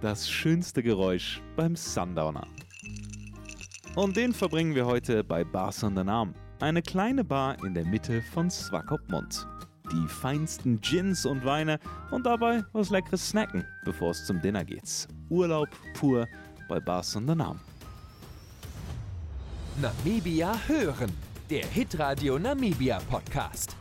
das schönste Geräusch beim Sundowner. Und den verbringen wir heute bei Bar Sondernaam, eine kleine Bar in der Mitte von Swakopmund. Die feinsten Gins und Weine und dabei was Leckeres snacken, bevor es zum Dinner geht. Urlaub pur bei Bar Sondernaam. Namibia hören, der Hitradio Namibia Podcast.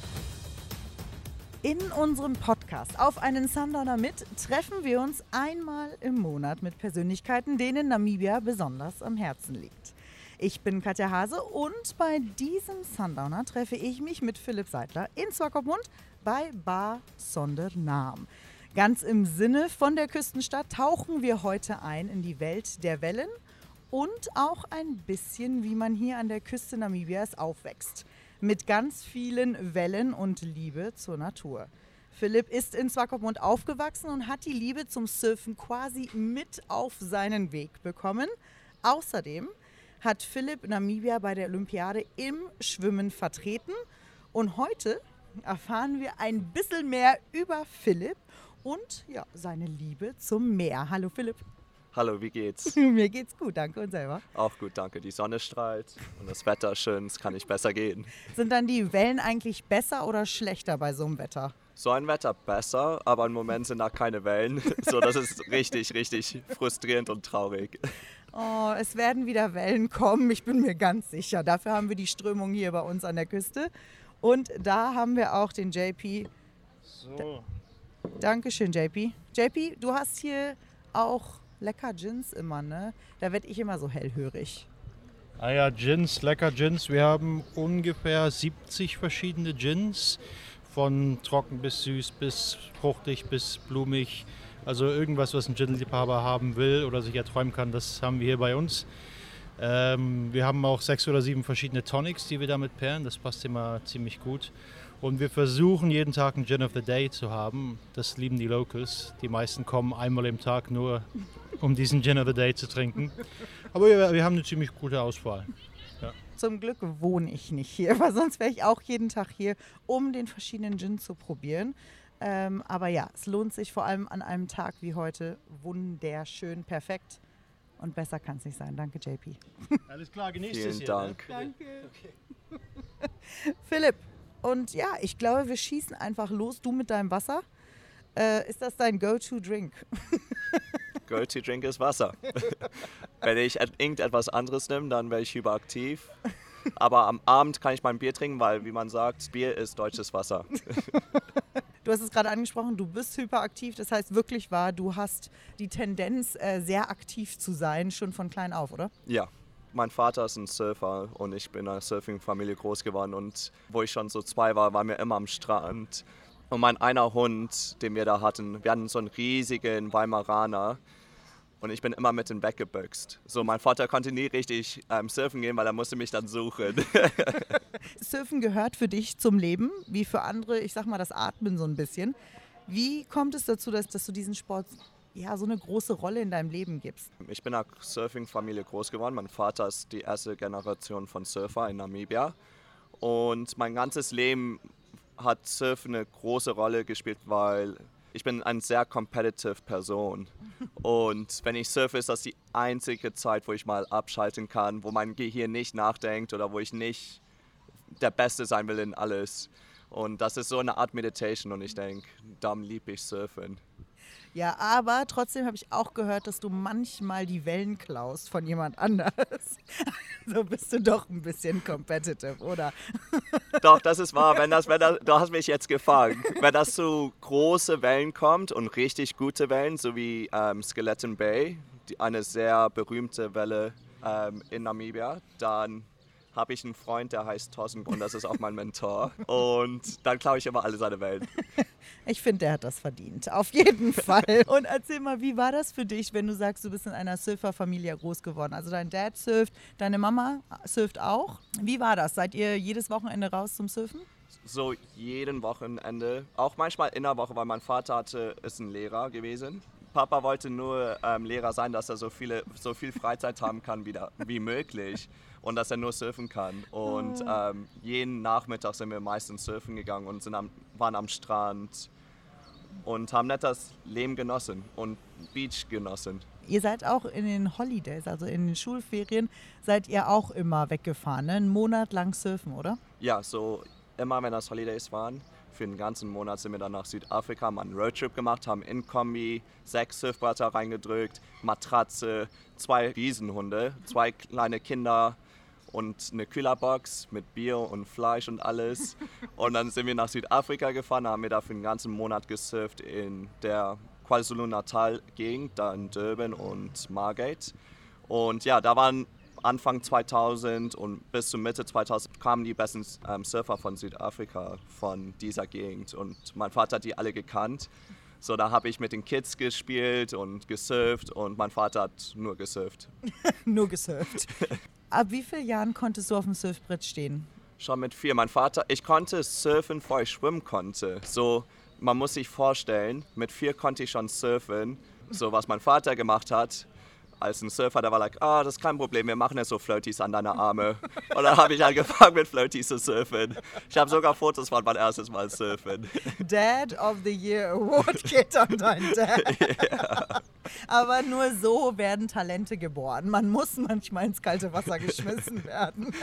In unserem Podcast Auf einen Sundowner mit treffen wir uns einmal im Monat mit Persönlichkeiten, denen Namibia besonders am Herzen liegt. Ich bin Katja Hase und bei diesem Sundowner treffe ich mich mit Philipp Seidler in Swakopmund bei Bar Sondernaam. Ganz im Sinne von der Küstenstadt tauchen wir heute ein in die Welt der Wellen und auch ein bisschen, wie man hier an der Küste Namibias aufwächst. Mit ganz vielen Wellen und Liebe zur Natur. Philipp ist in Swakopmund aufgewachsen und hat die Liebe zum Surfen quasi mit auf seinen Weg bekommen. Außerdem hat Philipp Namibia bei der Olympiade im Schwimmen vertreten. Und heute erfahren wir ein bisschen mehr über Philipp und ja, seine Liebe zum Meer. Hallo Philipp. Hallo, wie geht's? Mir geht's gut, danke und selber. Auch gut, danke. Die Sonne strahlt und das Wetter ist schön, es kann nicht besser gehen. Sind dann die Wellen eigentlich besser oder schlechter bei so einem Wetter? So ein Wetter besser, aber im Moment sind da keine Wellen. So, das ist richtig, richtig frustrierend und traurig. Oh, es werden wieder Wellen kommen, ich bin mir ganz sicher. Dafür haben wir die Strömung hier bei uns an der Küste. Und da haben wir auch den JP. So. Dankeschön, JP. JP, du hast hier auch lecker Gins immer, ne? Da werde ich immer so hellhörig. Ah ja, Gins, lecker Gins. Wir haben ungefähr 70 verschiedene Gins. Von trocken bis süß, bis fruchtig, bis blumig. Also irgendwas, was ein Gin-Liebhaber haben will oder sich erträumen kann, das haben wir hier bei uns. Wir haben auch 6 oder 7 verschiedene Tonics, die wir damit pairen. Das passt immer ziemlich gut. Und wir versuchen jeden Tag einen Gin of the Day zu haben. Das lieben die Locals. Die meisten kommen einmal im Tag nur, um diesen Gin of the Day zu trinken. Aber wir haben eine ziemlich gute Auswahl. Ja. Zum Glück wohne ich nicht hier, weil sonst wäre ich auch jeden Tag hier, um den verschiedenen Gin zu probieren. Aber ja, es lohnt sich vor allem an einem Tag wie heute. Wunderschön, perfekt. Und besser kann es nicht sein. Danke, JP. Alles klar, genießt es Vielen hier. Dank. Ne? Danke. Philipp, und ja, ich glaube, wir schießen einfach los. Du mit deinem Wasser. Ist das dein Go-To-Drink? Go-to-Drink ist Wasser. Wenn ich irgendetwas anderes nehme, dann werde ich hyperaktiv. Aber am Abend kann ich mein Bier trinken, weil, wie man sagt, Bier ist deutsches Wasser. Du hast es gerade angesprochen, du bist hyperaktiv. Das heißt wirklich wahr, du hast die Tendenz, sehr aktiv zu sein, schon von klein auf, oder? Ja, mein Vater ist ein Surfer und ich bin in einer Surfing-Familie groß geworden. Und wo ich schon so 2 war, waren wir immer am Strand. Und mein einer Hund, den wir da hatten, wir hatten so einen riesigen Weimaraner. Und ich bin immer mit ihm weggebüxt. So, mein Vater konnte nie richtig surfen gehen, weil er musste mich dann suchen. Surfen gehört für dich zum Leben, wie für andere, ich sag mal, das Atmen so ein bisschen. Wie kommt es dazu, dass du diesen Sport ja, so eine große Rolle in deinem Leben gibst? Ich bin in einer Surfing-Familie groß geworden. Mein Vater ist die erste Generation von Surfer in Namibia. Und mein ganzes Leben hat Surfen eine große Rolle gespielt, weil ich bin eine sehr competitive Person. Und wenn ich surfe, ist das die einzige Zeit, wo ich mal abschalten kann, wo mein Gehirn nicht nachdenkt oder wo ich nicht der Beste sein will in alles. Und das ist so eine Art Meditation und ich denke, darum liebe ich Surfen. Ja, aber trotzdem habe ich auch gehört, dass du manchmal die Wellen klaust von jemand anders. So bist du doch ein bisschen competitive, oder? Doch, das ist wahr. Du hast mich jetzt gefangen. Wenn das zu große Wellen kommt und richtig gute Wellen, so wie Skeleton Bay, eine sehr berühmte Welle in Namibia, dann habe ich einen Freund, der heißt Thorsten und das ist auch mein Mentor. Und dann klaue ich immer alle seine Wellen. Ich finde, der hat das verdient. Auf jeden Fall. Und erzähl mal, wie war das für dich, wenn du sagst, du bist in einer Surferfamilie groß geworden? Also dein Dad surft, deine Mama surft auch. Wie war das? Seid ihr jedes Wochenende raus zum Surfen? So jeden Wochenende, auch manchmal in der Woche, weil mein Vater ist ein Lehrer gewesen. Papa wollte nur Lehrer sein, dass er so viel Freizeit haben kann wie möglich und dass er nur surfen kann. Und jeden Nachmittag sind wir meistens surfen gegangen und waren am Strand. und haben nicht das Leben genossen und Beach genossen. Ihr seid auch in den Holidays, also in den Schulferien, seid ihr auch immer weggefahren, ne? 1 Monat lang surfen, oder? Ja, so immer wenn das Holidays waren, für den ganzen Monat sind wir dann nach Südafrika, haben einen Roadtrip gemacht, haben in Kombi 6 Surfbretter reingedrückt, Matratze, 2 Riesenhunde, 2 kleine Kinder und eine Kühlerbox mit Bier und Fleisch und alles. Und dann sind wir nach Südafrika gefahren, haben wir da für den ganzen Monat gesurft in der KwaZulu-Natal-Gegend, da in Durban und Margate. Und ja, da waren Anfang 2000 und bis zur Mitte 2000 kamen die besten Surfer von Südafrika, von dieser Gegend. Und mein Vater hat die alle gekannt. So, da habe ich mit den Kids gespielt und gesurft und mein Vater hat nur gesurft. Nur gesurft. Ab wie vielen Jahren konntest du auf dem Surfbrett stehen? Schon mit 4. Mein Vater, ich konnte surfen, bevor ich schwimmen konnte. So, man muss sich vorstellen, mit 4 konnte ich schon surfen. So, was mein Vater gemacht hat, als ein Surfer, der war like, das ist kein Problem, wir machen jetzt so Floaties an deine Arme. Und dann habe ich angefangen mit Floaties zu surfen. Ich habe sogar Fotos von meinem erstes Mal surfen. Dad of the Year Award geht an deinen Dad. Ja. Aber nur so werden Talente geboren. Man muss manchmal ins kalte Wasser geschmissen werden.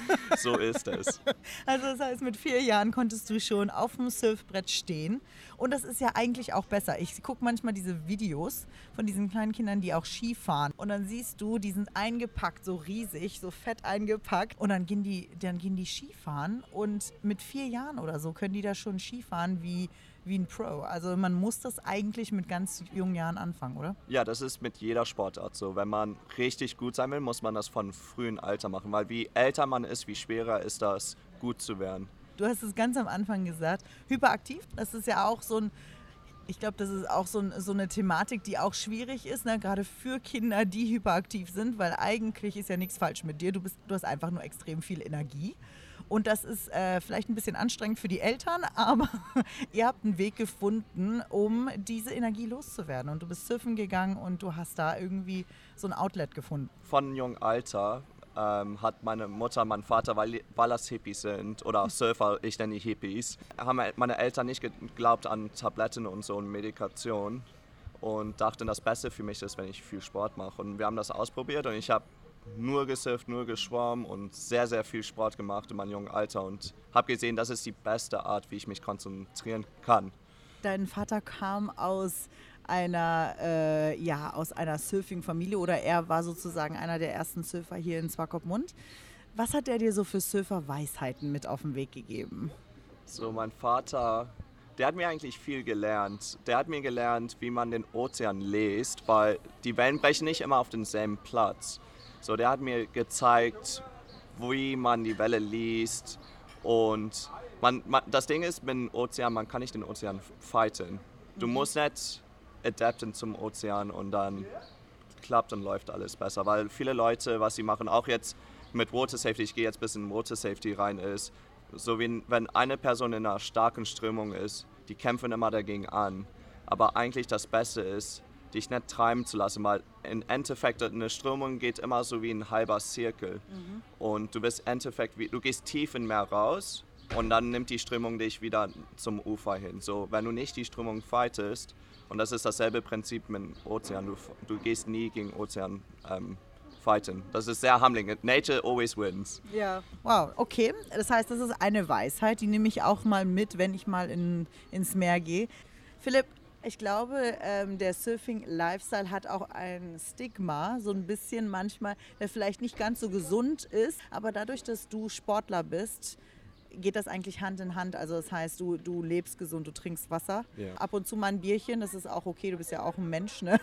So ist es. Also das heißt, mit 4 Jahren konntest du schon auf dem Surfbrett stehen. Und das ist ja eigentlich auch besser. Ich gucke manchmal diese Videos von diesen kleinen Kindern, die auch Ski fahren. Und dann siehst du, die sind eingepackt, so riesig, so fett eingepackt. Und dann gehen die Skifahren. Und mit 4 Jahren oder so können die da schon Skifahren wie ein Pro. Also man muss das eigentlich mit ganz jungen Jahren anfangen, oder? Ja, das ist mit jeder Sportart so. Wenn man richtig gut sein will, muss man das von frühem Alter machen. Weil wie älter man ist, wie schwerer ist das, gut zu werden. Du hast es ganz am Anfang gesagt, hyperaktiv, das ist ja auch ich glaube, das ist auch so eine Thematik, die auch schwierig ist, ne? Gerade für Kinder, die hyperaktiv sind, weil eigentlich ist ja nichts falsch mit dir, du hast einfach nur extrem viel Energie. Und das ist vielleicht ein bisschen anstrengend für die Eltern, aber ihr habt einen Weg gefunden, um diese Energie loszuwerden. Und du bist surfen gegangen und du hast da irgendwie so ein Outlet gefunden. Von jungem Alter hat meine Mutter, mein Vater, weil das Hippies sind oder Surfer, ich nenne die Hippies, haben meine Eltern nicht geglaubt an Tabletten und so und Medikation und dachten, das Beste für mich ist, wenn ich viel Sport mache. Und wir haben das ausprobiert und ich habe nur gesurft, nur geschwommen und sehr, sehr viel Sport gemacht in meinem jungen Alter und habe gesehen, das ist die beste Art, wie ich mich konzentrieren kann. Dein Vater kam aus einer Surfing-Familie oder er war sozusagen einer der ersten Surfer hier in Swakopmund. Was hat er dir so für Surfer-Weisheiten mit auf den Weg gegeben? So, mein Vater, der hat mir eigentlich viel gelernt. Der hat mir gelernt, wie man den Ozean liest, weil die Wellen brechen nicht immer auf denselben Platz. So, der hat mir gezeigt, wie man die Welle liest und das Ding ist mit dem Ozean, man kann nicht den Ozean fighten. Du musst nicht adapten zum Ozean und dann klappt und läuft alles besser, weil viele Leute, was sie machen, auch jetzt mit Water Safety, ich gehe jetzt ein bisschen in Water Safety rein, ist, so wie wenn eine Person in einer starken Strömung ist, die kämpfen immer dagegen an, aber eigentlich das Beste ist, dich nicht treiben zu lassen, weil im Endeffekt eine Strömung geht immer so wie ein halber Zirkel und du bist im Endeffekt, du gehst tief in Meer raus und dann nimmt die Strömung dich wieder zum Ufer hin. So, wenn du nicht die Strömung fightest, und das ist dasselbe Prinzip mit dem Ozean, du gehst nie gegen Ozean fighten. Das ist sehr humbling. Nature always wins. Ja. Wow, okay. Das heißt, das ist eine Weisheit, die nehme ich auch mal mit, wenn ich mal ins Meer gehe. Philipp, ich glaube, der Surfing-Lifestyle hat auch ein Stigma, so ein bisschen manchmal, der vielleicht nicht ganz so gesund ist, aber dadurch, dass du Sportler bist, geht das eigentlich Hand in Hand. Also das heißt, du lebst gesund, du trinkst Wasser. Ja. Ab und zu mal ein Bierchen, das ist auch okay, du bist ja auch ein Mensch, ne?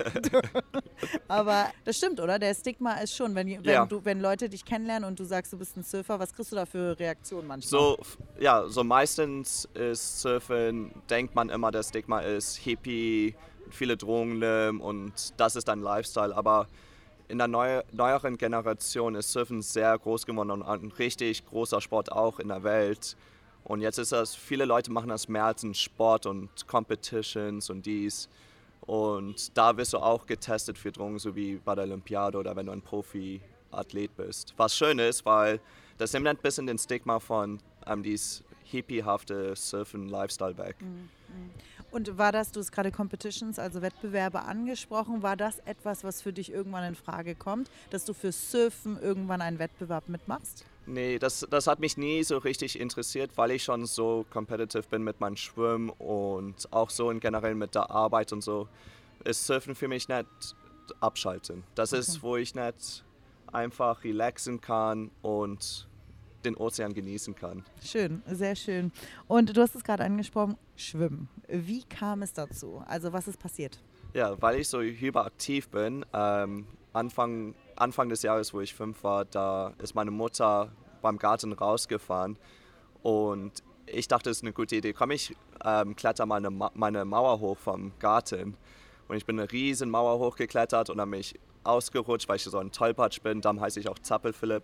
Aber das stimmt, oder? Der Stigma ist schon, wenn Leute dich kennenlernen und du sagst, du bist ein Surfer, was kriegst du da für Reaktionen manchmal? So meistens ist Surfen, denkt man immer, der Stigma ist Hippie, viele Drogen nehmen und das ist dein Lifestyle, aber in der neueren Generation ist Surfen sehr groß geworden und ein richtig großer Sport auch in der Welt. Und jetzt ist das, viele Leute machen das mehr als ein Sport und Competitions und dies. Und da wirst du auch getestet für Drogen, so wie bei der Olympiade oder wenn du ein Profi-Athlet bist. Was schön ist, weil das nimmt ein bisschen den Stigma von dieses hippiehafte Surfen-Lifestyle weg. Und war das, du hast gerade Competitions, also Wettbewerbe angesprochen, war das etwas, was für dich irgendwann in Frage kommt, dass du für Surfen irgendwann einen Wettbewerb mitmachst? Nee, das hat mich nie so richtig interessiert, weil ich schon so competitive bin mit meinem Schwimmen und auch so in generell mit der Arbeit und so, ist Surfen für mich nicht abschalten. Das ist, wo ich nicht einfach relaxen kann und den Ozean genießen kann. Schön, sehr schön. Und du hast es gerade angesprochen, Schwimmen. Wie kam es dazu? Also was ist passiert? Ja, weil ich so hyperaktiv bin, Anfang des Jahres, wo ich 5 war, da ist meine Mutter beim Garten rausgefahren und ich dachte, das ist eine gute Idee. Komm, ich kletter mal meine Mauer hoch vom Garten. Und ich bin eine riesen Mauer hochgeklettert und dann bin ich ausgerutscht, weil ich so ein Tollpatsch bin. Darum heiße ich auch Zappel-Philipp.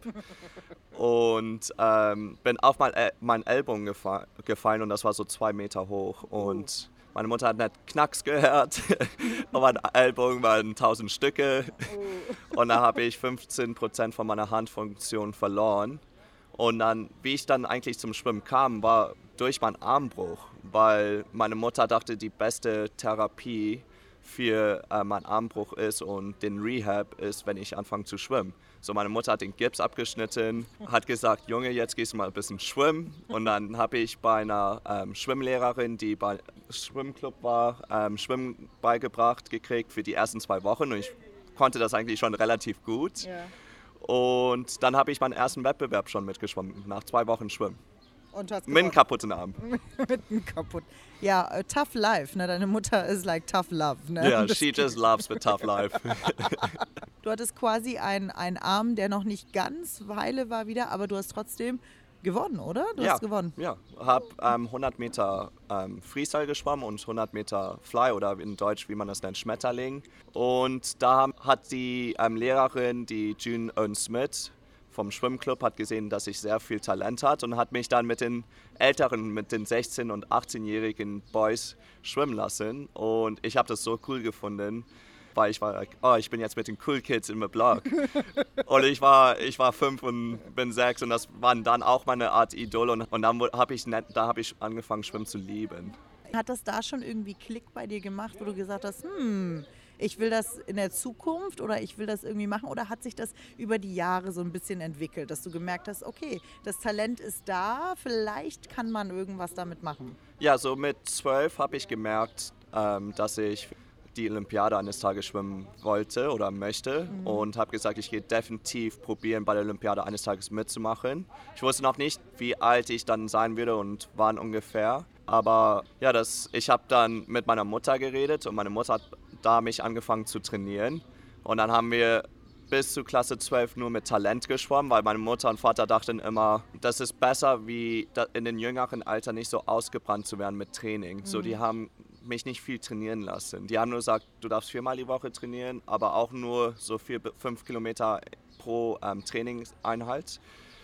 Und bin auf meinen Ellbogen gefallen und das war so 2 Meter hoch. Und meine Mutter hat nicht Knacks gehört. Und mein Ellbogen waren 1000 Stücke. Und dann habe ich 15% von meiner Handfunktion verloren. Und dann, wie ich dann eigentlich zum Schwimmen kam, war durch meinen Armbruch. Weil meine Mutter dachte, die beste Therapie für meinen Armbruch ist und den Rehab ist, wenn ich anfange zu schwimmen. So, meine Mutter hat den Gips abgeschnitten, hat gesagt, Junge, jetzt gehst du mal ein bisschen schwimmen. Und dann habe ich bei einer Schwimmlehrerin, die bei Schwimmclub war, Schwimmen beigebracht gekriegt für die ersten 2 Wochen. Und ich konnte das eigentlich schon relativ gut. Ja. Und dann habe ich meinen ersten Wettbewerb schon mitgeschwommen, nach 2 Wochen Schwimmen. Und du hast Mit einem kaputten Arm. mit einem kaputt. Ja, tough life, ne? Deine Mutter ist like tough love, ne? Ja, she just loves the tough life. Du hattest quasi einen Arm, der noch nicht ganz heile war wieder, aber du hast trotzdem gewonnen, oder? Du hast gewonnen. Ja, habe 100 Meter Freestyle geschwommen und 100 Meter Fly oder in Deutsch, wie man das nennt, Schmetterling. Und da hat die Lehrerin, die June Owen-Smith vom Schwimmclub, hat gesehen, dass ich sehr viel Talent hatte und hat mich dann mit den Älteren, mit den 16- und 18-jährigen Boys schwimmen lassen. Und ich habe das so cool gefunden, weil ich war like, oh, ich bin jetzt mit den Cool Kids im Block. Und ich war 5 und bin 6 und das waren dann auch meine Art Idole. Und dann habe ich angefangen, Schwimmen zu lieben. Hat das da schon irgendwie Klick bei dir gemacht, wo du gesagt hast, ich will das in der Zukunft oder ich will das irgendwie machen? Oder hat sich das über die Jahre so ein bisschen entwickelt, dass du gemerkt hast, okay, das Talent ist da, vielleicht kann man irgendwas damit machen? Ja, so mit 12 habe ich gemerkt, dass ich die Olympiade eines Tages schwimmen wollte oder möchte und habe gesagt, ich gehe definitiv probieren, bei der Olympiade eines Tages mitzumachen. Ich wusste noch nicht, wie alt ich dann sein würde und wann ungefähr. Aber ja, ich habe dann mit meiner Mutter geredet und meine Mutter hat da mich angefangen zu trainieren. Und dann haben wir bis zu Klasse 12 nur mit Talent geschwommen, weil meine Mutter und Vater dachten immer, das ist besser, wie in den jüngeren Alter nicht so ausgebrannt zu werden mit Training. So, die haben mich nicht viel trainieren lassen. Die haben nur gesagt, du darfst 4-mal die Woche trainieren, aber auch nur so 5 Kilometer pro Trainingseinheit.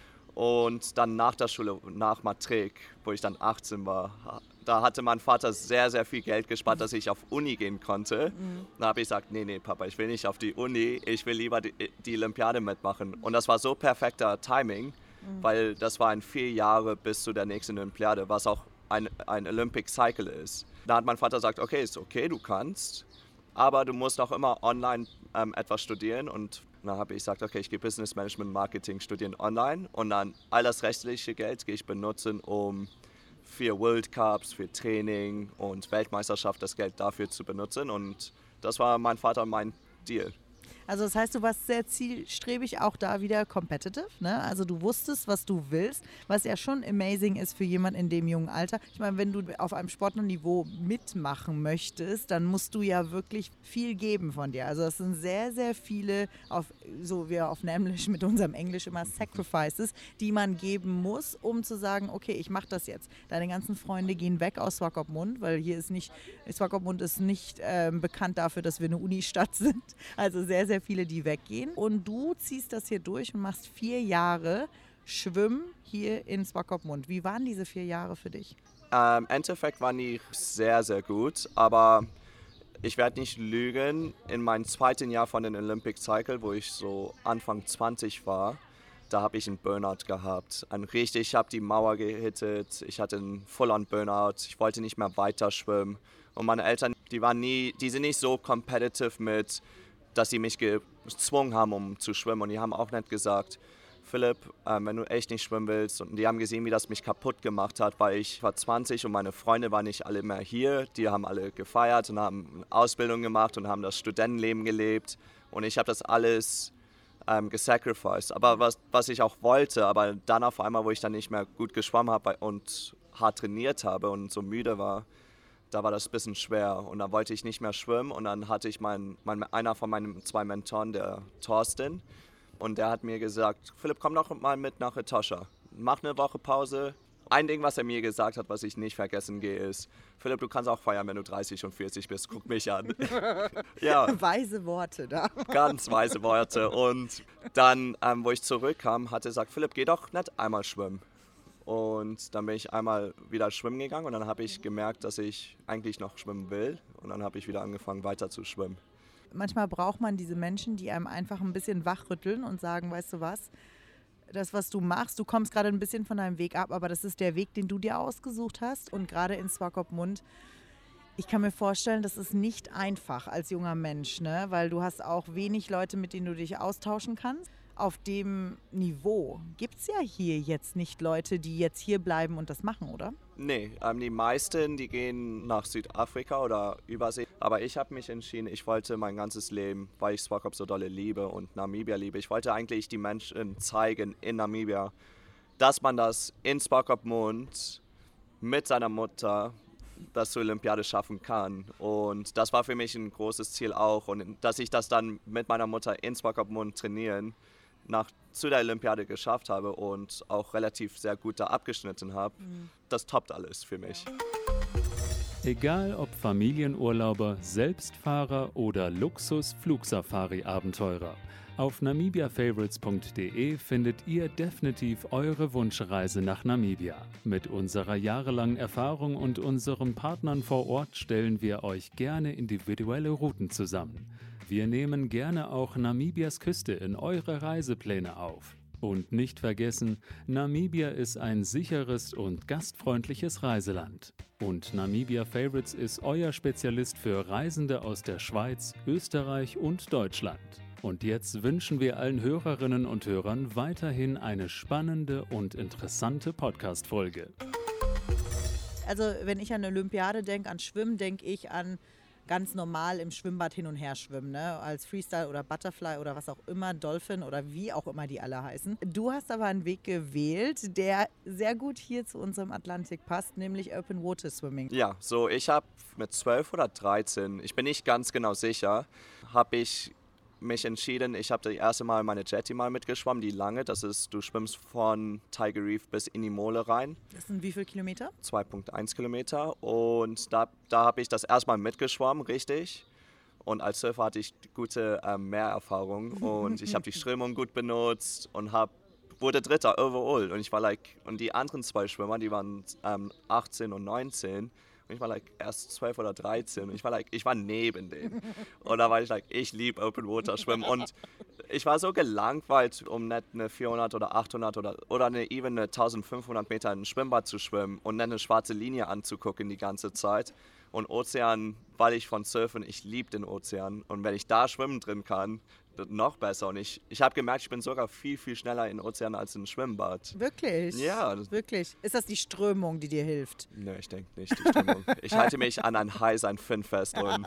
Und dann nach der Schule, nach Matrik, wo ich dann 18 war, da hatte mein Vater sehr, sehr viel Geld gespart, dass ich auf Uni gehen konnte. Da habe ich gesagt, nee, Papa, ich will nicht auf die Uni, ich will lieber die Olympiade mitmachen. Und das war so perfekter Timing, weil das waren 4 Jahre bis zu der nächsten Olympiade, was auch ein Olympic Cycle ist. Da hat mein Vater gesagt, okay, ist okay, du kannst, aber du musst auch immer online etwas studieren. Und dann habe ich gesagt, okay, ich gehe Business Management Marketing studieren online und dann all das restliche Geld gehe ich benutzen, um für World Cups, für Training und Weltmeisterschaft das Geld dafür zu benutzen. Und das war mein Vater und mein Deal. Also das heißt, du warst sehr zielstrebig, auch da wieder competitive, ne? Also du wusstest, was du willst, was ja schon amazing ist für jemanden in dem jungen Alter. Ich meine, wenn du auf einem Sportlerniveau mitmachen möchtest, dann musst du ja wirklich viel geben von dir. Also das sind sehr, sehr viele, so wie auf Nämlich mit unserem Englisch immer Sacrifices, die man geben muss, um zu sagen, okay, ich mache das jetzt. Deine ganzen Freunde gehen weg aus Swakopmund, weil Swakopmund ist nicht bekannt dafür, dass wir eine Unistadt sind. Also sehr, sehr viele, die weggehen. Und du ziehst das hier durch und machst 4 Jahre Schwimmen hier in Swakopmund. Wie waren diese 4 Jahre für dich? Im Endeffekt waren die sehr, sehr gut, aber ich werde nicht lügen, in meinem 2. Jahr von den Olympic Cycle, wo ich so Anfang 20 war, da habe ich einen Burnout gehabt. Ich habe die Mauer gehittet, ich hatte einen Full-on-Burnout, ich wollte nicht mehr weiter schwimmen. Und meine Eltern, die sind nicht so competitive mit, dass sie mich gezwungen haben, um zu schwimmen. Und die haben auch nicht gesagt, Philipp, wenn du echt nicht schwimmen willst. Und die haben gesehen, wie das mich kaputt gemacht hat, weil ich war 20 und meine Freunde waren nicht alle mehr hier. Die haben alle gefeiert und haben eine Ausbildung gemacht und haben das Studentenleben gelebt. Und ich habe das alles gesacrificed. Aber was ich auch wollte, aber dann auf einmal, wo ich dann nicht mehr gut geschwommen habe und hart trainiert habe und so müde war, da war das ein bisschen schwer. Und dann wollte ich nicht mehr schwimmen. Und dann hatte ich einer von meinen 2 Mentoren, der Thorsten. Und der hat mir gesagt, Philipp, komm doch mal mit nach Etosha. Mach eine Woche Pause. Ein Ding, was er mir gesagt hat, was ich nicht vergessen gehe, ist, Philipp, du kannst auch feiern, wenn du 30 und 40 bist. Guck mich an. Ja. Weise Worte da. Ganz weise Worte. Und dann, wo ich zurückkam, hat er gesagt, Philipp, geh doch nicht einmal schwimmen. Und dann bin ich einmal wieder schwimmen gegangen und dann habe ich gemerkt, dass ich eigentlich noch schwimmen will. Und dann habe ich wieder angefangen, weiter zu schwimmen. Manchmal braucht man diese Menschen, die einem einfach ein bisschen wachrütteln und sagen, weißt du was, das, was du machst, du kommst gerade ein bisschen von deinem Weg ab, aber das ist der Weg, den du dir ausgesucht hast. Und gerade in Swakopmund, ich kann mir vorstellen, das ist nicht einfach als junger Mensch, ne? Weil du hast auch wenig Leute, mit denen du dich austauschen kannst. Auf dem Niveau gibt es ja hier jetzt nicht Leute, die jetzt hier bleiben und das machen, oder? Nee, die meisten, die gehen nach Südafrika oder Übersee. Aber ich habe mich entschieden, ich wollte mein ganzes Leben, weil ich Swakop so dolle liebe und Namibia liebe, ich wollte eigentlich die Menschen zeigen in Namibia, dass man das in Swakopmund mit seiner Mutter das zur Olympiade schaffen kann. Und das war für mich ein großes Ziel auch. Und dass ich das dann mit meiner Mutter in Swakopmund trainieren zu der Olympiade geschafft habe und auch relativ sehr gut da abgeschnitten habe, das toppt alles für mich. Egal ob Familienurlauber, Selbstfahrer oder Luxus-Flugsafari-Abenteurer, auf namibiafavorites.de findet ihr definitiv eure Wunschreise nach Namibia. Mit unserer jahrelangen Erfahrung und unseren Partnern vor Ort stellen wir euch gerne individuelle Routen zusammen. Wir nehmen gerne auch Namibias Küste in eure Reisepläne auf. Und nicht vergessen, Namibia ist ein sicheres und gastfreundliches Reiseland. Und Namibia Favorites ist euer Spezialist für Reisende aus der Schweiz, Österreich und Deutschland. Und jetzt wünschen wir allen Hörerinnen und Hörern weiterhin eine spannende und interessante Podcast-Folge. Also wenn ich an Olympiade denke, an Schwimmen, denke ich an ganz normal im Schwimmbad hin und her schwimmen, ne? Als Freestyle oder Butterfly oder was auch immer, Dolphin oder wie auch immer die alle heißen. Du hast aber einen Weg gewählt, der sehr gut hier zu unserem Atlantik passt, nämlich Open Water Swimming. Ja, so ich habe mit 12 oder 13, ich bin nicht ganz genau sicher, habe ich mich entschieden, ich habe das erste Mal meine Jetty mal mitgeschwommen, die lange, das ist, du schwimmst von Tiger Reef bis in die Mole rein. Das sind wie viele Kilometer? 2,1 Kilometer und da habe ich das erstmal mitgeschwommen, richtig. Und als Surfer hatte ich gute Meererfahrung und ich habe die Strömung gut benutzt und wurde Dritter overall. Und ich war und die anderen 2 Schwimmer, die waren 18 und 19. Und ich war erst 12 oder 13 und ich war neben denen. Und da war ich liebe Open Water Schwimmen. Und ich war so gelangweilt, um nicht eine 400 oder 800 oder eine 1500 Meter in ein Schwimmbad zu schwimmen und nicht eine schwarze Linie anzugucken die ganze Zeit. Und Ozean, weil ich von Surfen, ich liebe den Ozean. Und wenn ich da schwimmen drin kann, noch besser. Und ich habe gemerkt, ich bin sogar viel, viel schneller in Ozean als im Schwimmbad. Wirklich? Ja. Wirklich? Ist das die Strömung, die dir hilft? Nö, ich denke nicht, die Strömung. Ich halte mich an ein High, ein Fin fest und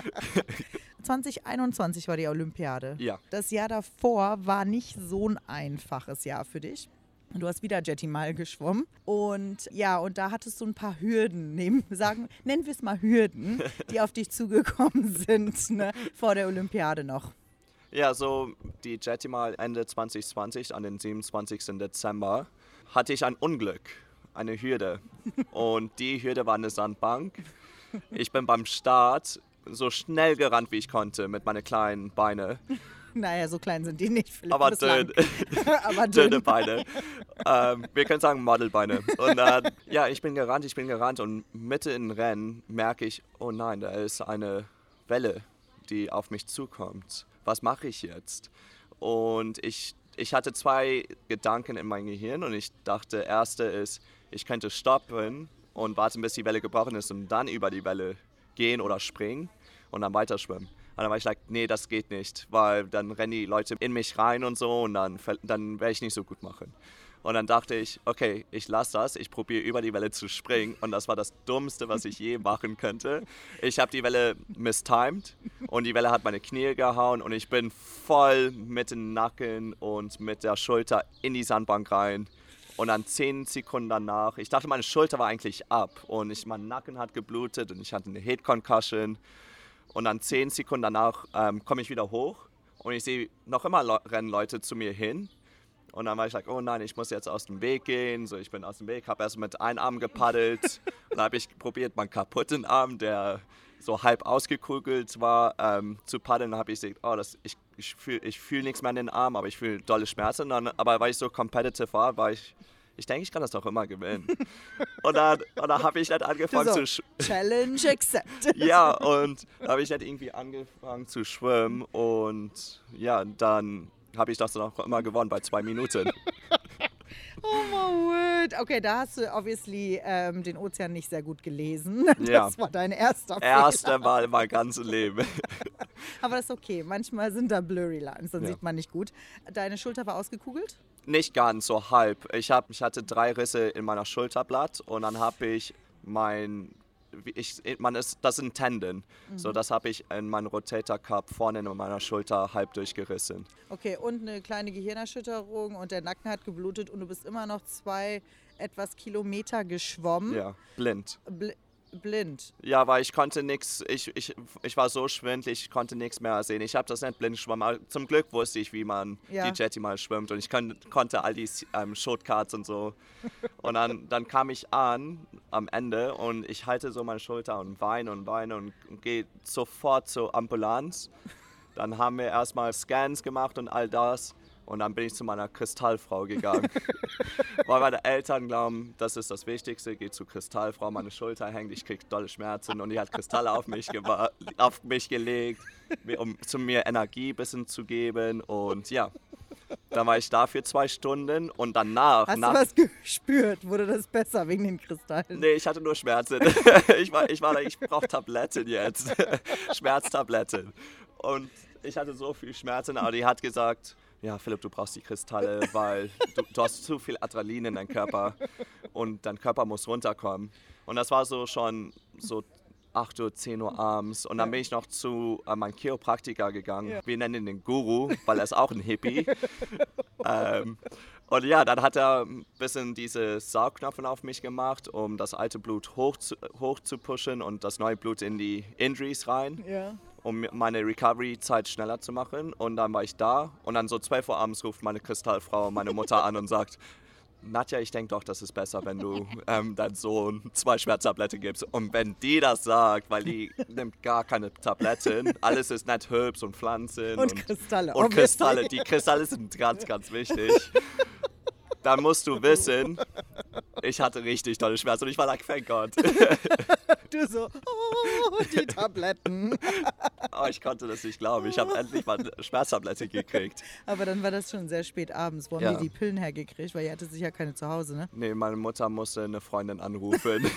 2021 war die Olympiade. Ja. Das Jahr davor war nicht so ein einfaches Jahr für dich. Du hast wieder Jetty Mile geschwommen und ja, und da hattest du ein paar Hürden, nennen wir es mal Hürden, die auf dich zugekommen sind, ne, vor der Olympiade noch. Ja, so die Jetty Mile Ende 2020, an den 27. Dezember, hatte ich ein Unglück, eine Hürde. Und die Hürde war eine Sandbank. Ich bin beim Start so schnell gerannt, wie ich konnte, mit meinen kleinen Beinen. Naja, so klein sind die nicht. Philipp, aber dünn. Aber dünn. Dünne Beine. Wir können sagen Modelbeine. Und ja, ich bin gerannt und mitten im Rennen merke ich, oh nein, da ist eine Welle, die auf mich zukommt. Was mache ich jetzt? Und ich Ich hatte 2 Gedanken in meinem Gehirn und ich dachte, erste ist, ich könnte stoppen und warten, bis die Welle gebrochen ist und dann über die Welle gehen oder springen und dann weiter schwimmen. Und dann war ich like, nee, das geht nicht, weil dann rennen die Leute in mich rein und so und dann werde ich nicht so gut machen. Und dann dachte ich, okay, ich lasse das, ich probiere über die Welle zu springen und das war das Dummste, was ich je machen könnte. Ich habe die Welle mistimed und die Welle hat meine Knie gehauen und ich bin voll mit dem Nacken und mit der Schulter in die Sandbank rein. Und dann 10 Sekunden danach, ich dachte, meine Schulter war eigentlich ab und mein Nacken hat geblutet und ich hatte eine Head Concussion. Und dann 10 Sekunden danach komme ich wieder hoch und ich sehe noch immer rennen Leute zu mir hin. Und dann war ich like, oh nein, ich muss jetzt aus dem Weg gehen. So, ich bin aus dem Weg, habe erst mit einem Arm gepaddelt. Dann habe ich probiert, meinen kaputten Arm, der so halb ausgekugelt war, zu paddeln. Dann habe ich gesagt, oh, ich fühl nichts mehr in den Arm, aber ich fühle dolle Schmerzen. Aber weil ich so competitive war, ich denke, ich kann das doch immer gewinnen. Und dann habe ich dann angefangen zu schwimmen. Challenge accepted. Ja, und da habe ich dann irgendwie angefangen zu schwimmen. Und ja, dann habe ich das dann auch immer gewonnen bei 2 Minuten. Oh my word. Okay, da hast du obviously den Ozean nicht sehr gut gelesen. Das Ja. war dein erster Fehler. Erste Mal in meinem ganzen Leben. Aber das ist okay. Manchmal sind da blurry Lines, dann Ja. sieht man nicht gut. Deine Schulter war ausgekugelt? Nicht ganz, so halb. Ich hatte 3 Risse in meiner Schulterblatt und dann habe ich das sind Tendon. So, das habe ich in meinem Rotator Cuff vorne in meiner Schulter halb durchgerissen. Okay, und eine kleine Gehirnerschütterung und der Nacken hat geblutet und du bist immer noch 2 etwas Kilometer geschwommen. Ja, blind. Blind. Ja, weil ich konnte nichts, ich war so schwindelig, ich konnte nichts mehr sehen. Ich habe das nicht blind geschwommen, aber zum Glück wusste ich, wie man die Jetty mal schwimmt und ich konnte all die Shortcuts und so. Und dann kam ich an am Ende und ich halte so meine Schulter und weine und gehe sofort zur Ambulanz. Dann haben wir erstmal Scans gemacht und all das. Und dann bin ich zu meiner Kristallfrau gegangen. Weil meine Eltern glauben, das ist das Wichtigste. Geh zur Kristallfrau, meine Schulter hängt, ich kriege dolle Schmerzen. Und die hat Kristalle auf mich gelegt, um zu mir Energie ein bisschen zu geben. Und ja, dann war ich da für 2 Stunden und danach... Hast du was gespürt? Wurde das besser wegen den Kristallen? Nee, ich hatte nur Schmerzen. Ich brauche Tabletten jetzt. Schmerztabletten. Und ich hatte so viel Schmerzen, aber die hat gesagt... Ja, Philipp, du brauchst die Kristalle, weil du hast zu viel Adrenalin in deinem Körper und dein Körper muss runterkommen. Und das war so schon so 8 Uhr, 10 Uhr abends. Und dann bin ich noch zu meinem Chiropraktiker gegangen. Ja. Wir nennen ihn den Guru, weil er ist auch ein Hippie. Und ja, dann hat er ein bisschen diese Saugknöpfe auf mich gemacht, um das alte Blut hoch zu pushen und das neue Blut in die Injuries rein. Ja. Um meine Recovery-Zeit schneller zu machen. Und dann war ich da und dann so 12 Uhr abends ruft meine Kristallfrau meine Mutter an und sagt, Nadja, ich denke doch, das ist besser, wenn du deinem Sohn 2 Schmerztabletten gibst. Und wenn die das sagt, weil die nimmt gar keine Tabletten, alles ist nicht Herbs und Pflanzen und Kristalle. Und Kristalle, die Kristalle sind ganz, ganz wichtig. Dann musst du wissen, ich hatte richtig tolle Schmerzen und ich war like, thank God. Du so, oh, die Tabletten. Oh, ich konnte das nicht glauben. Ich habe endlich mal Schmerztabletten gekriegt. Aber dann war das schon sehr spät abends. Wo haben die Pillen hergekriegt? Weil ihr hatte sicher keine zu Hause, ne? Nee, meine Mutter musste eine Freundin anrufen.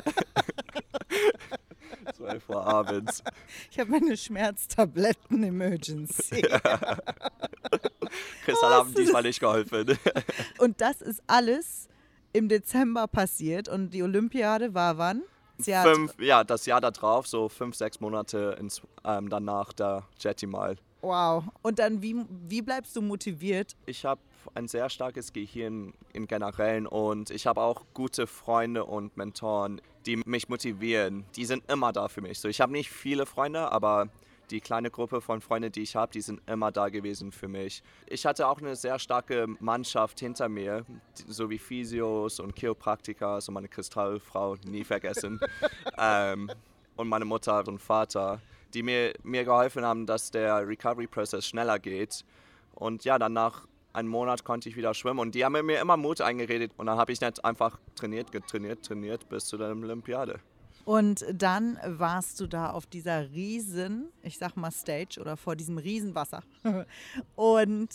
12 Uhr abends. Ich habe meine Schmerztabletten Emergency. Ja. Kristalle haben diesmal nicht geholfen. Und das ist alles im Dezember passiert und die Olympiade war wann? Das Jahr da drauf, so 5, 6 Monate danach der Jetty Mile. Wow. Und dann, wie bleibst du motiviert? Ich habe ein sehr starkes Gehirn im Generellen und ich habe auch gute Freunde und Mentoren, die mich motivieren. Die sind immer da für mich. So, ich habe nicht viele Freunde, aber die kleine Gruppe von Freunden, die ich habe, die sind immer da gewesen für mich. Ich hatte auch eine sehr starke Mannschaft hinter mir, so wie Physios und Chiropraktiker, so meine Kristallfrau, nie vergessen. Und meine Mutter und Vater, die mir geholfen haben, dass der Recovery-Prozess schneller geht. Und ja, dann nach einem Monat konnte ich wieder schwimmen und die haben mir immer Mut eingeredet. Und dann habe ich nicht einfach trainiert bis zu der Olympiade. Und dann warst du da auf dieser riesen, ich sag mal Stage oder vor diesem Riesenwasser. Und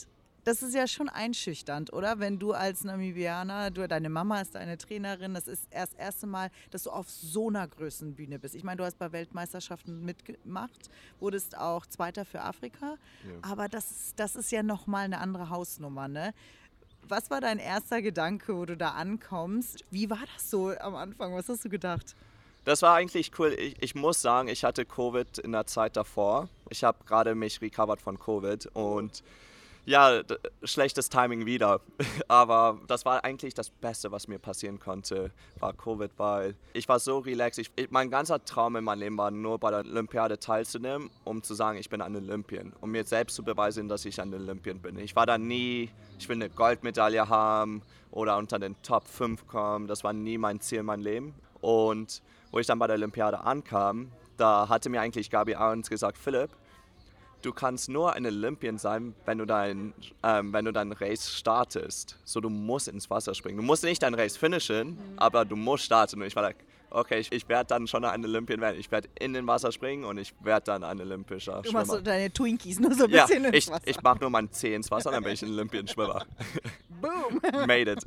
Das ist ja schon einschüchternd, oder? Wenn du als Namibianer, deine Mama ist deine Trainerin, das ist das erste Mal, dass du auf so einer Größenbühne bist. Ich meine, du hast bei Weltmeisterschaften mitgemacht, wurdest auch Zweiter für Afrika, aber das ist ja nochmal eine andere Hausnummer, ne? Was war dein erster Gedanke, wo du da ankommst? Wie war das so am Anfang? Was hast du gedacht? Das war eigentlich cool. Ich muss sagen, ich hatte Covid in der Zeit davor. Ich habe gerade mich recovered von Covid und ja, schlechtes Timing wieder. Aber das war eigentlich das Beste, was mir passieren konnte, war Covid, weil ich war so relaxed. Mein ganzer Traum in meinem Leben war nur bei der Olympiade teilzunehmen, um zu sagen, ich bin ein Olympian. Um mir selbst zu beweisen, dass ich ein Olympian bin. Ich war da nie, ich will eine Goldmedaille haben oder unter den Top 5 kommen. Das war nie mein Ziel in meinem Leben. Und wo ich dann bei der Olympiade ankam, da hatte mir eigentlich Gabi Ahrens gesagt, Philipp, du kannst nur ein Olympian sein, wenn du dein Race startest. So, du musst ins Wasser springen. Du musst nicht dein Race finishen, aber du musst starten. Und ich war like, okay, ich werde dann schon ein Olympian werden. Ich werde in den Wasser springen und ich werde dann ein olympischer Schwimmer. Du machst so deine Twinkies nur so ein bisschen ins Wasser. Ich mache nur mein Zeh ins Wasser, dann bin ich ein Olympian-Schwimmer. Boom! Made it.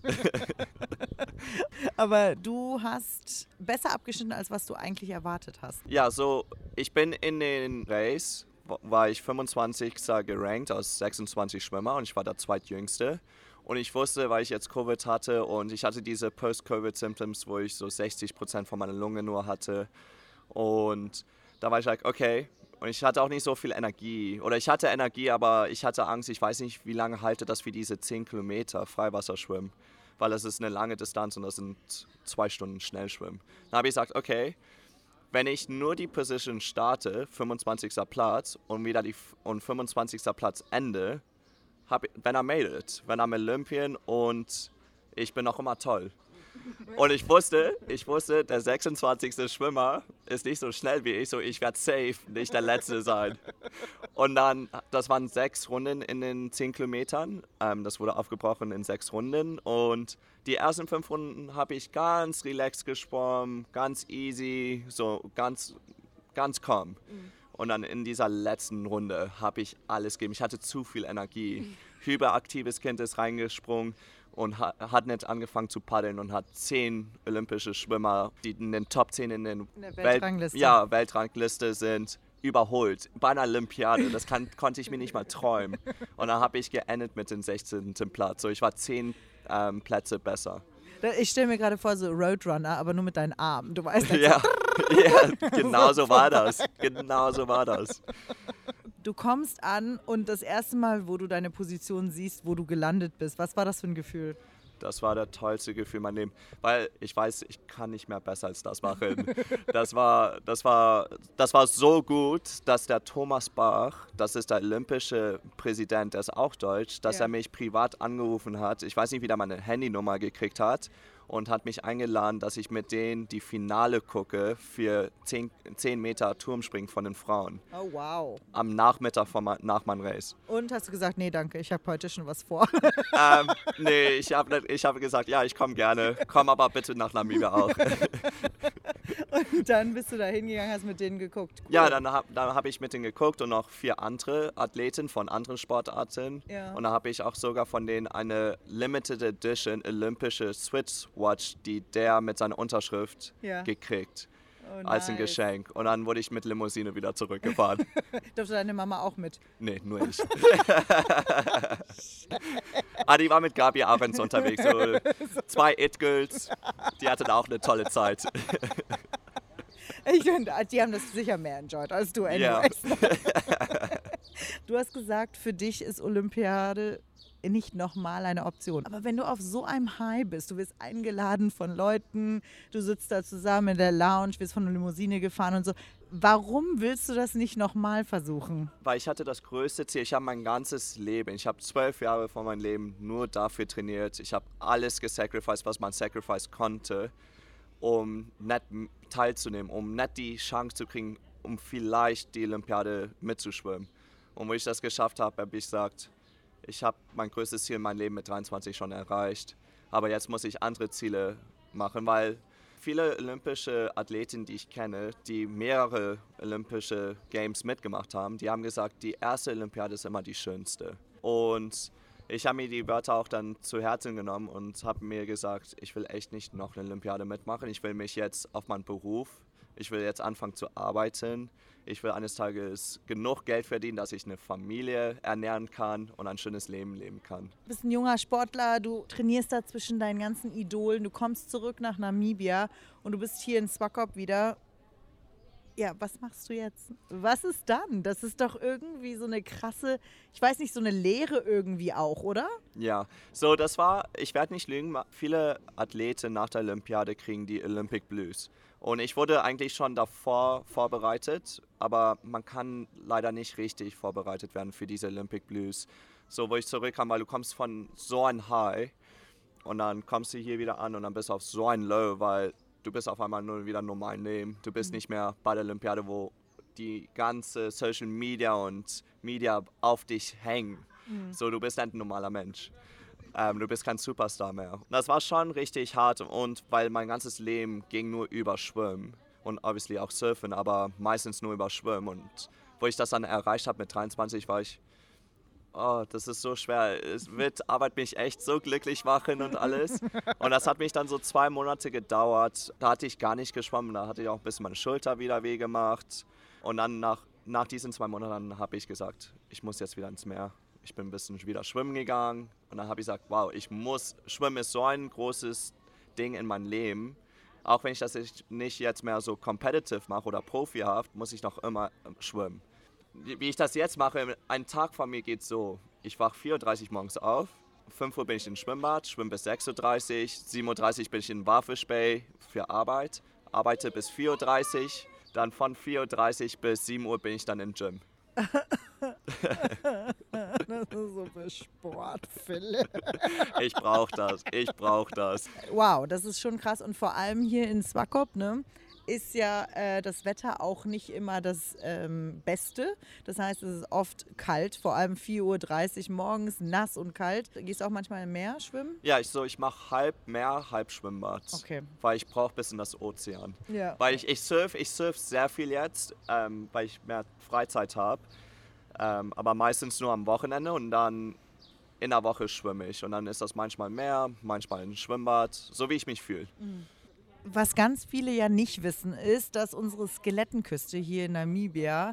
Aber du hast besser abgeschnitten, als was du eigentlich erwartet hast. Ja, so, ich bin in den Race, war ich 25. gerankt aus 26 Schwimmer und ich war der zweitjüngste. Und ich wusste, weil ich jetzt Covid hatte und ich hatte diese Post-Covid-Symptoms, wo ich so 60% von meiner Lunge nur hatte. Und da war ich like, okay. Und ich hatte auch nicht so viel Energie. Oder ich hatte Energie, aber ich hatte Angst. Ich weiß nicht, wie lange halte das für diese 10 Kilometer Freiwasserschwimmen. Weil das ist eine lange Distanz und das sind 2 Stunden Schnellschwimmen. Dann habe ich gesagt, okay, wenn ich nur die Position starte, 25. Platz und wieder und 25. Platz ende, wenn er made it, wenn er Olympian und ich bin noch immer toll. Und ich wusste, der 26. Schwimmer ist nicht so schnell wie ich, so ich werde safe nicht der Letzte sein. Und dann, das waren 6 Runden in den 10 Kilometern, das wurde aufgebrochen in 6 Runden und die ersten 5 Runden habe ich ganz relaxed geschwommen, ganz easy, so ganz calm. Und dann in dieser letzten Runde habe ich alles gegeben. Ich hatte zu viel Energie. Hyperaktives Kind ist reingesprungen und hat nicht angefangen zu paddeln und hat 10 olympische Schwimmer, die in den Top 10 in den Weltrangliste. Weltrangliste sind, überholt. Bei einer Olympiade, das konnte ich mir nicht mal träumen. Und dann habe ich geendet mit dem 16. Platz. So, ich war 10 Plätze besser. Ich stelle mir gerade vor, so Roadrunner, aber nur mit deinen Armen. Du weißt nicht. Ja, genau so war das. Genau so war das. Du kommst an und das erste Mal, wo du deine Position siehst, wo du gelandet bist, was war das für ein Gefühl? Das war das tollste Gefühl in meinem Leben, weil ich weiß, ich kann nicht mehr besser als das machen. Das war so gut, dass der Thomas Bach, das ist der olympische Präsident, der ist auch deutsch, dass er mich privat angerufen hat. Ich weiß nicht, wie der meine Handynummer gekriegt hat und hat mich eingeladen, dass ich mit denen die Finale gucke für 10 Meter Turmspringen von den Frauen. Oh, wow. Am Nachmittag nach meinem Race. Und hast du gesagt, nee, danke, ich habe heute schon was vor? Nee, ich hab gesagt, ja, ich komme gerne. Komm aber bitte nach Namibia auch. Und dann bist du da hingegangen, hast mit denen geguckt. Cool. Ja, dann hab ich mit denen geguckt und noch 4 andere Athleten von anderen Sportarten. Ja. Und da habe ich auch sogar von denen eine Limited Edition olympische Switchwatch, die der mit seiner Unterschrift gekriegt. Oh, als ein Geschenk. Und dann wurde ich mit Limousine wieder zurückgefahren. Durfte deine Mama auch mit? Nee, nur ich. Die war mit Gabi abends unterwegs. So 2 It-Girls, die hatten auch eine tolle Zeit. Ich finde, die haben das sicher mehr enjoyed als du, anyways. Yeah. Du hast gesagt, für dich ist Olympiade nicht nochmal eine Option. Aber wenn du auf so einem High bist, du wirst eingeladen von Leuten, du sitzt da zusammen in der Lounge, wirst von einer Limousine gefahren und so. Warum willst du das nicht nochmal versuchen? Weil ich hatte das größte Ziel. Ich habe mein ganzes Leben, ich habe 12 Jahre von meinem Leben nur dafür trainiert. Ich habe alles gesacrificed, was man sacrifice konnte, um nicht teilzunehmen, um nicht die Chance zu kriegen, um vielleicht die Olympiade mitzuschwimmen. Und wo ich das geschafft habe, habe ich gesagt, ich habe mein größtes Ziel in meinem Leben mit 23 schon erreicht. Aber jetzt muss ich andere Ziele machen, weil viele olympische Athleten, die ich kenne, die mehrere olympische Games mitgemacht haben, die haben gesagt, die erste Olympiade ist immer die schönste. Und Ich habe mir die Wörter auch dann zu Herzen genommen und habe mir gesagt, ich will echt nicht noch eine Olympiade mitmachen. Ich will mich jetzt auf meinen Beruf, ich will jetzt anfangen zu arbeiten. Ich will eines Tages genug Geld verdienen, dass ich eine Familie ernähren kann und ein schönes Leben leben kann. Du bist ein junger Sportler, du trainierst da zwischen deinen ganzen Idolen, du kommst zurück nach Namibia und du bist hier in Swakop wieder. Ja, was machst du jetzt? Was ist dann? Das ist doch irgendwie so eine krasse, ich weiß nicht, so eine Lehre irgendwie auch, oder? Ja, so das war, ich werde nicht lügen, viele Athleten nach der Olympiade kriegen die Olympic Blues. Und ich wurde eigentlich schon davor vorbereitet, aber man kann leider nicht richtig vorbereitet werden für diese Olympic Blues. So, wo ich zurückkam, weil du kommst von so ein High und dann kommst du hier wieder an und dann bist du auf so ein Low, weil du bist auf einmal nur wieder normal Leben. Du bist nicht mehr bei der Olympiade, wo die ganze Social Media und Media auf dich hängen. So, du bist ein normaler Mensch. Du bist kein Superstar mehr. Das war schon richtig hart und weil mein ganzes Leben ging nur über Schwimmen und obviously auch Surfen, aber meistens nur über Schwimmen. Und wo ich das dann erreicht habe mit 23, war ich, oh, das ist so schwer. Es wird Arbeit mich echt so glücklich machen und alles. Und das hat mich dann so 2 Monate gedauert. Da hatte ich gar nicht geschwommen, da hatte ich auch ein bisschen meine Schulter wieder weh gemacht. Und dann nach diesen 2 Monaten habe ich gesagt, ich muss jetzt wieder ins Meer. Ich bin ein bisschen wieder schwimmen gegangen und dann habe ich gesagt, wow, Schwimmen ist so ein großes Ding in meinem Leben. Auch wenn ich das nicht jetzt mehr so competitive mache oder profihaft, muss ich noch immer schwimmen. Wie ich das jetzt mache, ein Tag von mir geht so, ich wache 4:30 Uhr morgens auf, 5 Uhr bin ich im Schwimmbad, schwimme bis 6:30 Uhr, 7:30 Uhr bin ich in Warfish Bay für Arbeit, arbeite bis 4:30 Uhr, dann von 4:30 Uhr bis 7 Uhr bin ich dann im Gym. Das ist so für Sportfälle. Ich brauche das. Wow, das ist schon krass. Und vor allem hier in Swakop, ne, ist ja das Wetter auch nicht immer das Beste. Das heißt, es ist oft kalt, vor allem 4:30 Uhr morgens, nass und kalt. Gehst du auch manchmal im Meer schwimmen? Ja, ich mache halb Meer, halb Schwimmbad. Okay. Weil ich brauche ein bisschen das Ozean. Ja. Weil ich surf sehr viel jetzt, weil ich mehr Freizeit habe. Aber meistens nur am Wochenende und dann in der Woche schwimme ich. Und dann ist das manchmal Meer, manchmal ein Schwimmbad, so wie ich mich fühle. Was ganz viele ja nicht wissen, ist, dass unsere Skelettenküste hier in Namibia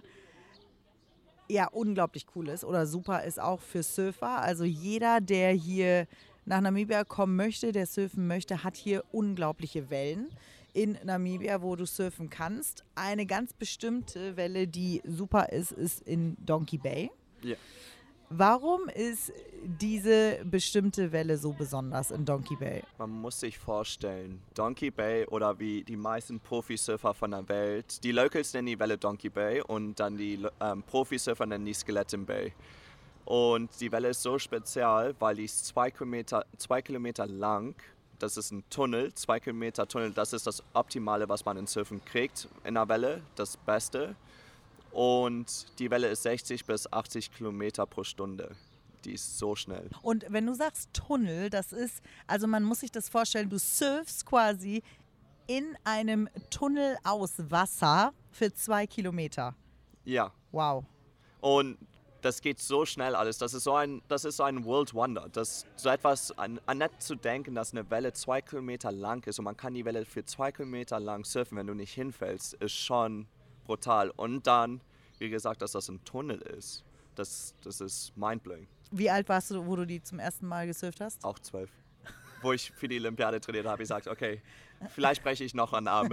ja unglaublich cool ist oder super ist auch für Surfer. Also jeder, der hier nach Namibia kommen möchte, der surfen möchte, hat hier unglaubliche Wellen in Namibia, wo du surfen kannst. Eine ganz bestimmte Welle, die super ist in Donkey Bay. Ja. Warum ist diese bestimmte Welle so besonders in Donkey Bay? Man muss sich vorstellen, Donkey Bay oder wie die meisten Profisurfer von der Welt, die Locals nennen die Welle Donkey Bay und dann die Profisurfer nennen die Skeleton Bay. Und die Welle ist so spezial, weil die ist 2 Kilometer lang. Das ist ein Tunnel, 2 Kilometer Tunnel. Das ist das Optimale, was man in Surfen kriegt in der Welle, das Beste. Und die Welle ist 60 bis 80 Kilometer pro Stunde. Die ist so schnell. Und wenn du sagst Tunnel, das ist, also man muss sich das vorstellen, du surfst quasi in einem Tunnel aus Wasser für 2 Kilometer. Ja. Wow. Und das geht so schnell alles. Das ist so ein World Wonder. Das so etwas an nett zu denken, dass eine Welle 2 Kilometer lang ist und man kann die Welle für 2 Kilometer lang surfen, wenn du nicht hinfällst, ist schon brutal. Und dann, wie gesagt, dass das ein Tunnel ist, das ist mindblowing. Wie alt warst du, wo du die zum ersten Mal gesurft hast? Auch 12. Wo ich für die Olympiade trainiert habe, ich gesagt, okay, vielleicht breche ich noch einen Arm.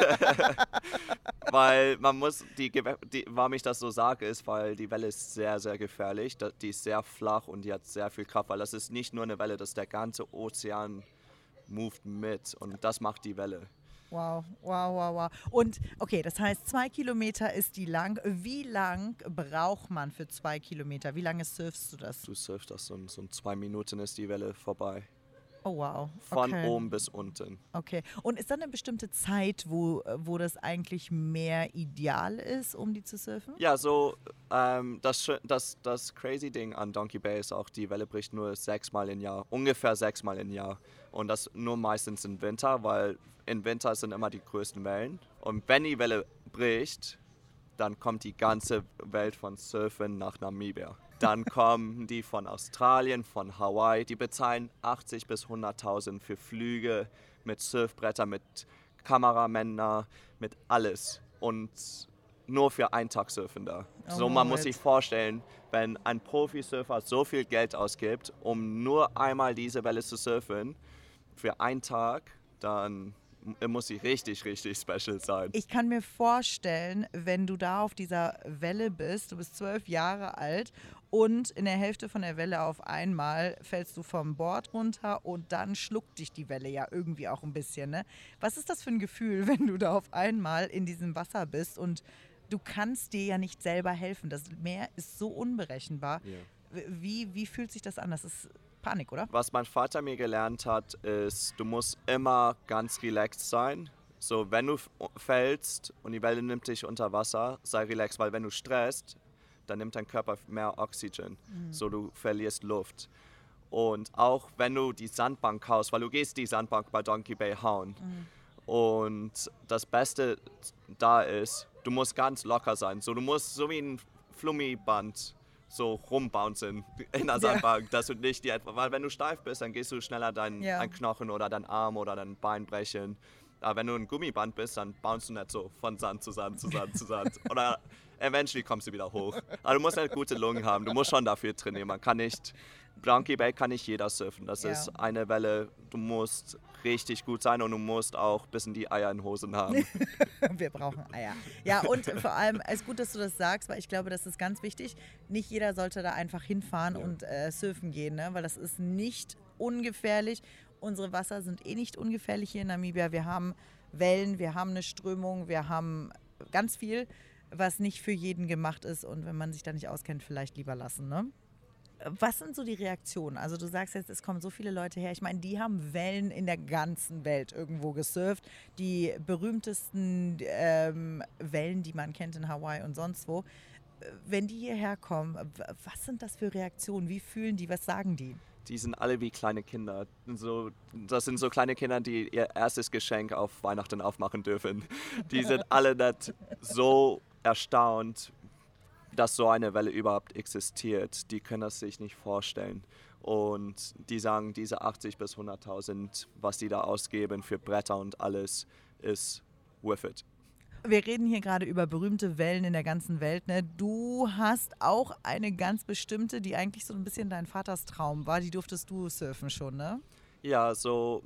Weil man muss, warum ich das so sage, ist, weil die Welle ist sehr, sehr gefährlich. Die ist sehr flach und die hat sehr viel Kraft, weil das ist nicht nur eine Welle, das ist der ganze Ozean moved mit und das macht die Welle. Wow. Und okay, das heißt 2 Kilometer ist die lang. Wie lang braucht man für 2 Kilometer? Wie lange surfst du das? Du surfst das, so in 2 Minuten ist die Welle vorbei. Oh wow. Von oben bis unten. Okay. Und ist da eine bestimmte Zeit, wo das eigentlich mehr ideal ist, um die zu surfen? Ja, so das crazy Ding an Donkey Bay ist auch, die Welle bricht nur 6-mal im Jahr, ungefähr 6-mal im Jahr. Und das nur meistens im Winter, weil im Winter sind immer die größten Wellen. Und wenn die Welle bricht, dann kommt die ganze Welt von Surfen nach Namibia. Dann kommen die von Australien, von Hawaii, die bezahlen 80.000 bis 100.000 für Flüge mit Surfbrettern, mit Kameramänner, mit alles. Und nur für einen Tag surfen da. Man muss sich vorstellen, wenn ein Profisurfer so viel Geld ausgibt, um nur einmal diese Welle zu surfen, für einen Tag, dann muss sie richtig, richtig special sein. Ich kann mir vorstellen, wenn du da auf dieser Welle bist, du bist 12 Jahre alt und in der Hälfte von der Welle auf einmal fällst du vom Board runter und dann schluckt dich die Welle ja irgendwie auch ein bisschen. Ne? Was ist das für ein Gefühl, wenn du da auf einmal in diesem Wasser bist und du kannst dir ja nicht selber helfen? Das Meer ist so unberechenbar. Yeah. Wie fühlt sich das an? Das ist Panik, oder? Was mein Vater mir gelernt hat, ist, du musst immer ganz relaxed sein. So, wenn du fällst und die Welle nimmt dich unter Wasser, sei relaxed, weil wenn du stresst, dann nimmt dein Körper mehr Oxygen. So, du verlierst Luft. Und auch wenn du die Sandbank haust, weil du gehst die Sandbank bei Donkey Bay hauen. Und das Beste da ist, du musst ganz locker sein. So, du musst so wie ein Flummiband so rumbouncen in der Sandbank, dass du nicht weil wenn du steif bist, dann gehst du schneller dein Knochen oder dein Arm oder dein Bein brechen. Aber wenn du ein Gummiband bist, dann bounce du nicht so von Sand zu Sand zu Sand zu Sand. Oder eventually kommst du wieder hoch. Aber du musst halt gute Lungen haben, du musst schon dafür trainieren. Man kann nicht, Donkey Bay kann nicht jeder surfen. Das ist eine Welle, du musst richtig gut sein und du musst auch ein bisschen die Eier in Hosen haben. Wir brauchen Eier. Ja, und vor allem, es ist gut, dass du das sagst, weil ich glaube, das ist ganz wichtig. Nicht jeder sollte da einfach hinfahren und surfen gehen, ne? Weil das ist nicht ungefährlich. Unsere Wasser sind nicht ungefährlich hier in Namibia. Wir haben Wellen, wir haben eine Strömung, wir haben ganz viel, was nicht für jeden gemacht ist. Und wenn man sich da nicht auskennt, vielleicht lieber lassen, ne? Was sind so die Reaktionen? Also du sagst jetzt, es kommen so viele Leute her. Ich meine, die haben Wellen in der ganzen Welt irgendwo gesurft. Die berühmtesten Wellen, die man kennt in Hawaii und sonst wo. Wenn die hierher kommen, was sind das für Reaktionen? Wie fühlen die? Was sagen die? Die sind alle wie kleine Kinder. Das sind so kleine Kinder, die ihr erstes Geschenk auf Weihnachten aufmachen dürfen. Die sind alle nicht so erstaunt, dass so eine Welle überhaupt existiert. Die können das sich nicht vorstellen. Und die sagen, diese 80.000 bis 100.000, was die da ausgeben für Bretter und alles, ist worth it. Wir reden hier gerade über berühmte Wellen in der ganzen Welt. Ne? Du hast auch eine ganz bestimmte, die eigentlich so ein bisschen dein Vaters Traum war. Die durftest du surfen schon, ne? Ja, so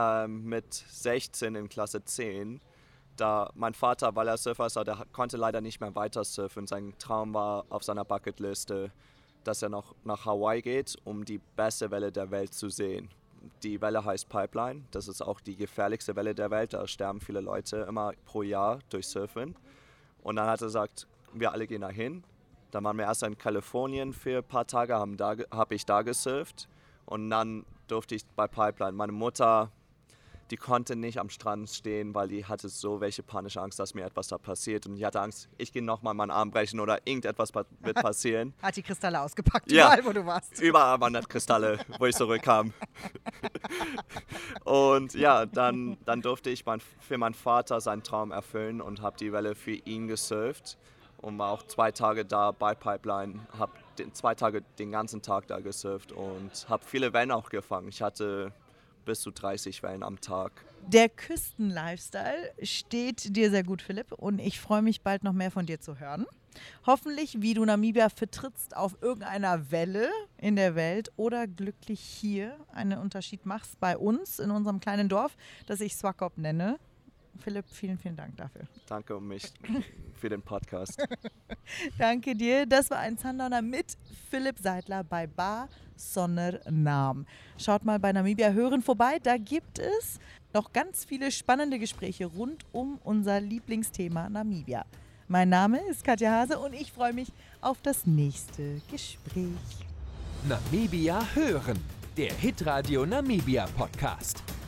mit 16 in Klasse 10. Da mein Vater, weil er Surfer ist, der konnte leider nicht mehr weiter surfen. Sein Traum war auf seiner Bucketliste, dass er noch nach Hawaii geht, um die beste Welle der Welt zu sehen. Die Welle heißt Pipeline. Das ist auch die gefährlichste Welle der Welt. Da sterben viele Leute immer pro Jahr durch Surfen. Und dann hat er gesagt, wir alle gehen da hin. Dann waren wir erst in Kalifornien für ein paar Tage, habe ich da gesurft. Und dann durfte ich bei Pipeline. Meine Mutter, die konnte nicht am Strand stehen, weil die hatte so welche panische Angst, dass mir etwas da passiert. Und ich hatte Angst, ich gehe nochmal meinen Arm brechen oder irgendetwas wird passieren. Hat die Kristalle ausgepackt, überall wo du warst. Überall waren das Kristalle, wo ich zurückkam. Und ja, dann durfte ich für meinen Vater seinen Traum erfüllen und habe die Welle für ihn gesurft. Und war auch 2 Tage da bei Pipeline, habe 2 Tage den ganzen Tag da gesurft und habe viele Wellen auch gefangen. Ich hatte bis zu 30 Wellen am Tag. Der Küsten-Lifestyle steht dir sehr gut, Philipp, und ich freue mich bald noch mehr von dir zu hören. Hoffentlich, wie du Namibia vertrittst auf irgendeiner Welle in der Welt oder glücklich hier einen Unterschied machst bei uns in unserem kleinen Dorf, das ich Swakop nenne. Philipp, vielen, vielen Dank dafür. Danke für den Podcast. Danke dir. Das war ein Sundowner mit Philipp Seidler bei Bar Sonder Naam. Schaut mal bei Namibia Hören vorbei. Da gibt es noch ganz viele spannende Gespräche rund um unser Lieblingsthema Namibia. Mein Name ist Katja Hase und ich freue mich auf das nächste Gespräch. Namibia Hören, der Hitradio Namibia Podcast.